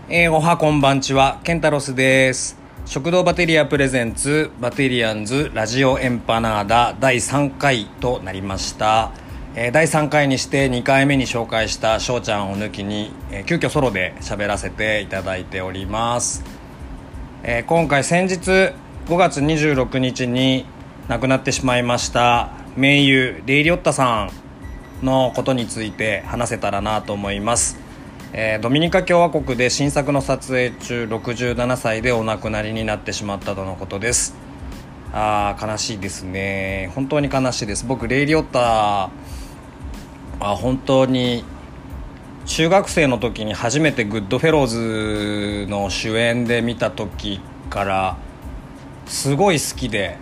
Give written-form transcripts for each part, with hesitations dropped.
おはこんばんちは、ケンタロスです。食堂バテリアプレゼンツバテリアンズラジオエンパナーダ第3回となりました。第3回にして2回目に紹介したしょうちゃんを抜きに、急遽ソロで喋らせていただいております。今回先日5月26日に亡くなってしまいました名優レイ・リオッタさんのことについて話せたらなと思います。ドミニカ共和国で新作の撮影中67歳でお亡くなりになってしまったとのことです。悲しいですね。本当に悲しいです。僕レイ・リオッタは本当に中学生の時に初めてグッドフェローズの主演で見た時からすごい好きで、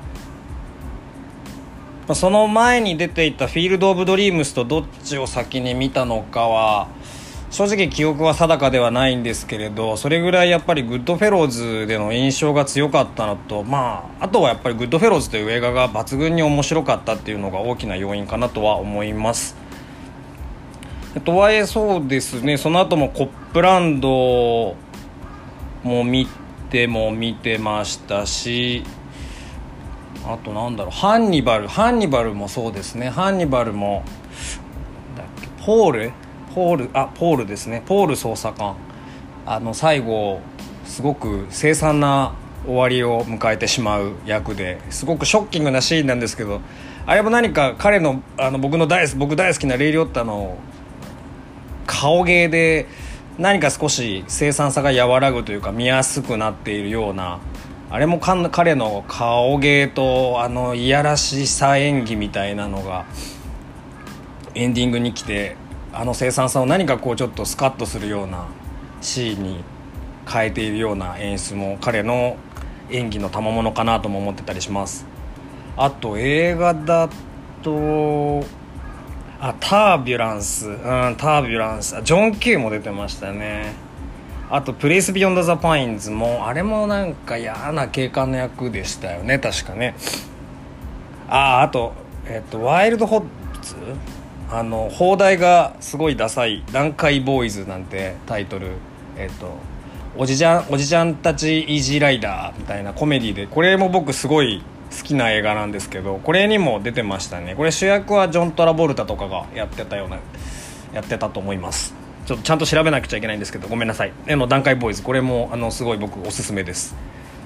その前に出ていたフィールド・オブ・ドリームスとどっちを先に見たのかは正直記憶は定かではないんですけれど、それぐらいやっぱりグッドフェローズでの印象が強かったのと、あとはやっぱりグッドフェローズという映画が抜群に面白かったっていうのが大きな要因かなとは思います。とはいえそうですね、その後もコップランドも見てましたし、あとハンニバルもそうですね。ハンニバルもポールですね。ポール捜査官、最後すごく凄惨な終わりを迎えてしまう役ですごくショッキングなシーンなんですけど、あれも何か彼の、僕大好きなレイ・リオッタの顔芸で何か少し凄惨さが和らぐというか見やすくなっているような、あれも彼の顔芸といやらしさ演技みたいなのがエンディングに来て、凄惨さを何かちょっとスカッとするようなシーンに変えているような演出も彼の演技の賜物かなとも思ってたりします。あと映画だとタービュランス、ジョン・キューも出てましたね。あとプレイス・ビヨンド・ザ・パインズも、あれもなんか嫌な警官の役でしたよね、確かね。あと、ワイルド・ホッズ、放題がすごいダサい南海ボーイズなんてタイトル、おじちゃんたちイージーライダーみたいなコメディで、これも僕すごい好きな映画なんですけど、これにも出てましたね。これ主役はジョン・トラボルタとかがやってたと思います。ちょっとちゃんと調べなくちゃいけないんですけど、ごめんなさい。南海ボーイズ、これもすごい僕おすすめです。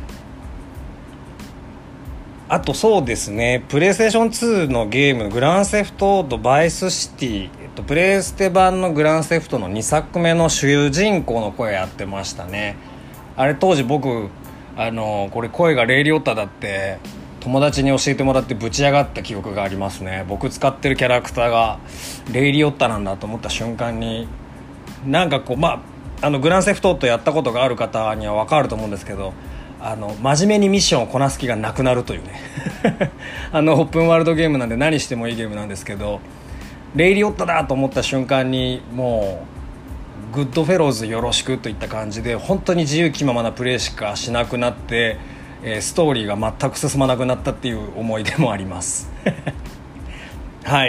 あとそうですね、プレイステーション2のゲームグランセフトオートバイスシティ、プレイステ版のグランセフトの2作目の主人公の声やってましたね。あれ当時僕これ声がレイ・リオッタだって友達に教えてもらってぶち上がった記憶がありますね。僕使ってるキャラクターがレイ・リオッタなんだと思った瞬間に、なんかグランセフトオートやったことがある方には分かると思うんですけど、真面目にミッションをこなす気がなくなるというねオープンワールドゲームなんで何してもいいゲームなんですけど、レイ・リオッタだと思った瞬間にもうグッドフェローズよろしくといった感じで、本当に自由気ままなプレイしかしなくなって、ストーリーが全く進まなくなったっていう思い出もありますはい、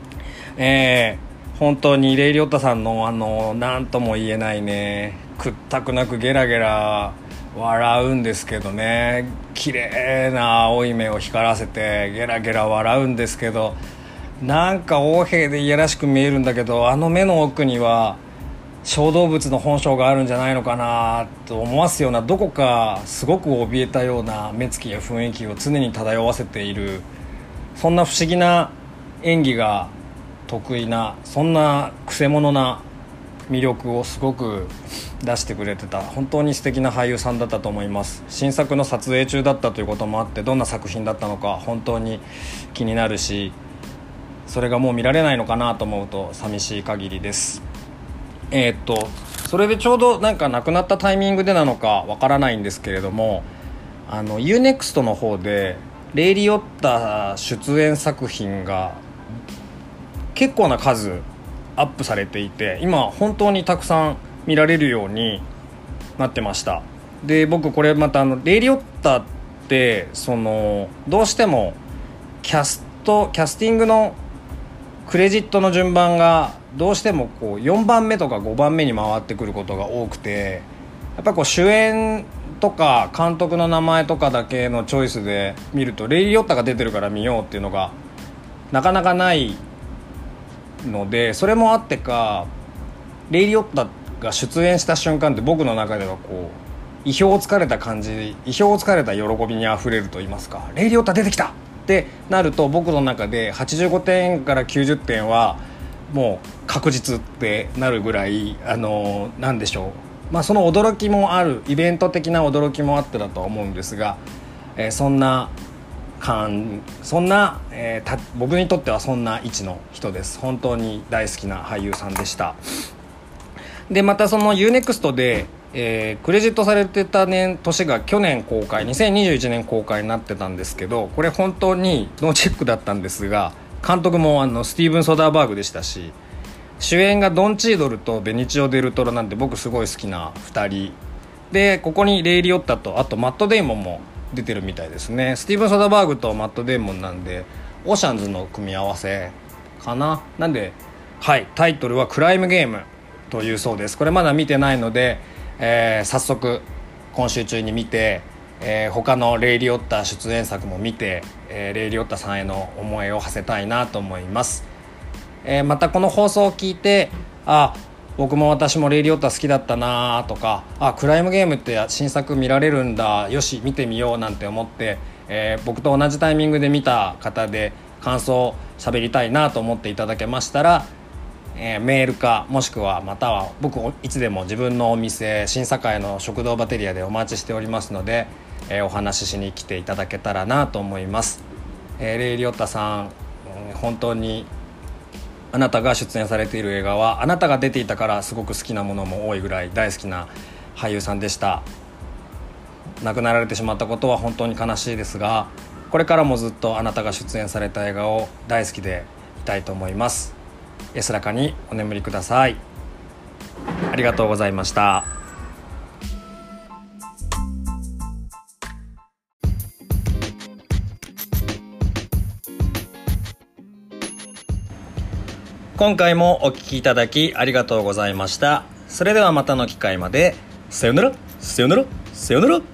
本当にレイ・リオッタさんのなんとも言えないね、くったくなくゲラゲラ笑うんですけどね、綺麗な青い目を光らせてゲラゲラ笑うんですけど、なんか横柄でいやらしく見えるんだけど、目の奥には小動物の本性があるんじゃないのかなと思わすような、どこかすごく怯えたような目つきや雰囲気を常に漂わせている、そんな不思議な演技が得意な、そんなくせ者な魅力をすごく出してくれてた、本当に素敵な俳優さんだったと思います。新作の撮影中だったということもあって、どんな作品だったのか本当に気になるし、それがもう見られないのかなと思うと寂しい限りです。それでちょうど亡くなったタイミングでなのかわからないんですけれども、UNEXT の方でレイ・リオッタ出演作品が結構な数アップされていて、今本当にたくさん見られるようになってました。で僕これまたレイ・リオッタってどうしてもキャスティングのクレジットの順番がどうしても4番目とか5番目に回ってくることが多くて、 やっぱこう主演とか監督の名前とかだけのチョイスで見るとレイ・リオッタが出てるから見ようっていうのがなかなかないので、それもあってかレイ・リオッタが出演した瞬間って僕の中ではこう意表をつかれた感じ、意表をつかれた喜びにあふれると言いますか、レイ・リオッタ出てきたってなると僕の中で85点から90点はもう確実ってなるぐらいなんでしょう、その驚きもある、イベント的な驚きもあってだとは思うんですが、そんな僕にとってはそんな位置の人です。本当に大好きな俳優さんでした。でまたその UNEXT で、クレジットされてた年が去年公開、2021年公開になってたんですけど、これ本当にノーチェックだったんですが、監督もスティーブン・ソダーバーグでしたし、主演がドン・チードルとベニチオ・デルトロなんて僕すごい好きな2人で、ここにレイ・リオッタとあとマット・デイモンも出てるみたいですね。スティーブン・ソダーバーグとマット・デイモンなんでオーシャンズの組み合わせかな。なんで、はい、タイトルはクライムゲームというそうです。これまだ見てないので、早速今週中に見て、他のレイ・リオッタ出演作も見て、レイ・リオッタさんへの思いを馳せたいなと思います。またこの放送を聞いて、僕も私もレイ・リオッタ好きだったなとか、クライムゲームって新作見られるんだ、よし見てみようなんて思って、僕と同じタイミングで見た方で感想を喋りたいなと思っていただけましたら、メールかもしくはまたは僕いつでも自分のお店新栄の食堂バテリアでお待ちしておりますので、お話ししに来ていただけたらなと思います。レイ・リオッタさん、本当にあなたが出演されている映画はあなたが出ていたからすごく好きなものも多いぐらい大好きな俳優さんでした。亡くなられてしまったことは本当に悲しいですが、これからもずっとあなたが出演された映画を大好きでいたいと思います。安らかにお眠りください。ありがとうございました。今回もお聞きいただきありがとうございました。それではまたの機会まで。さよなら、さよなら、さよなら。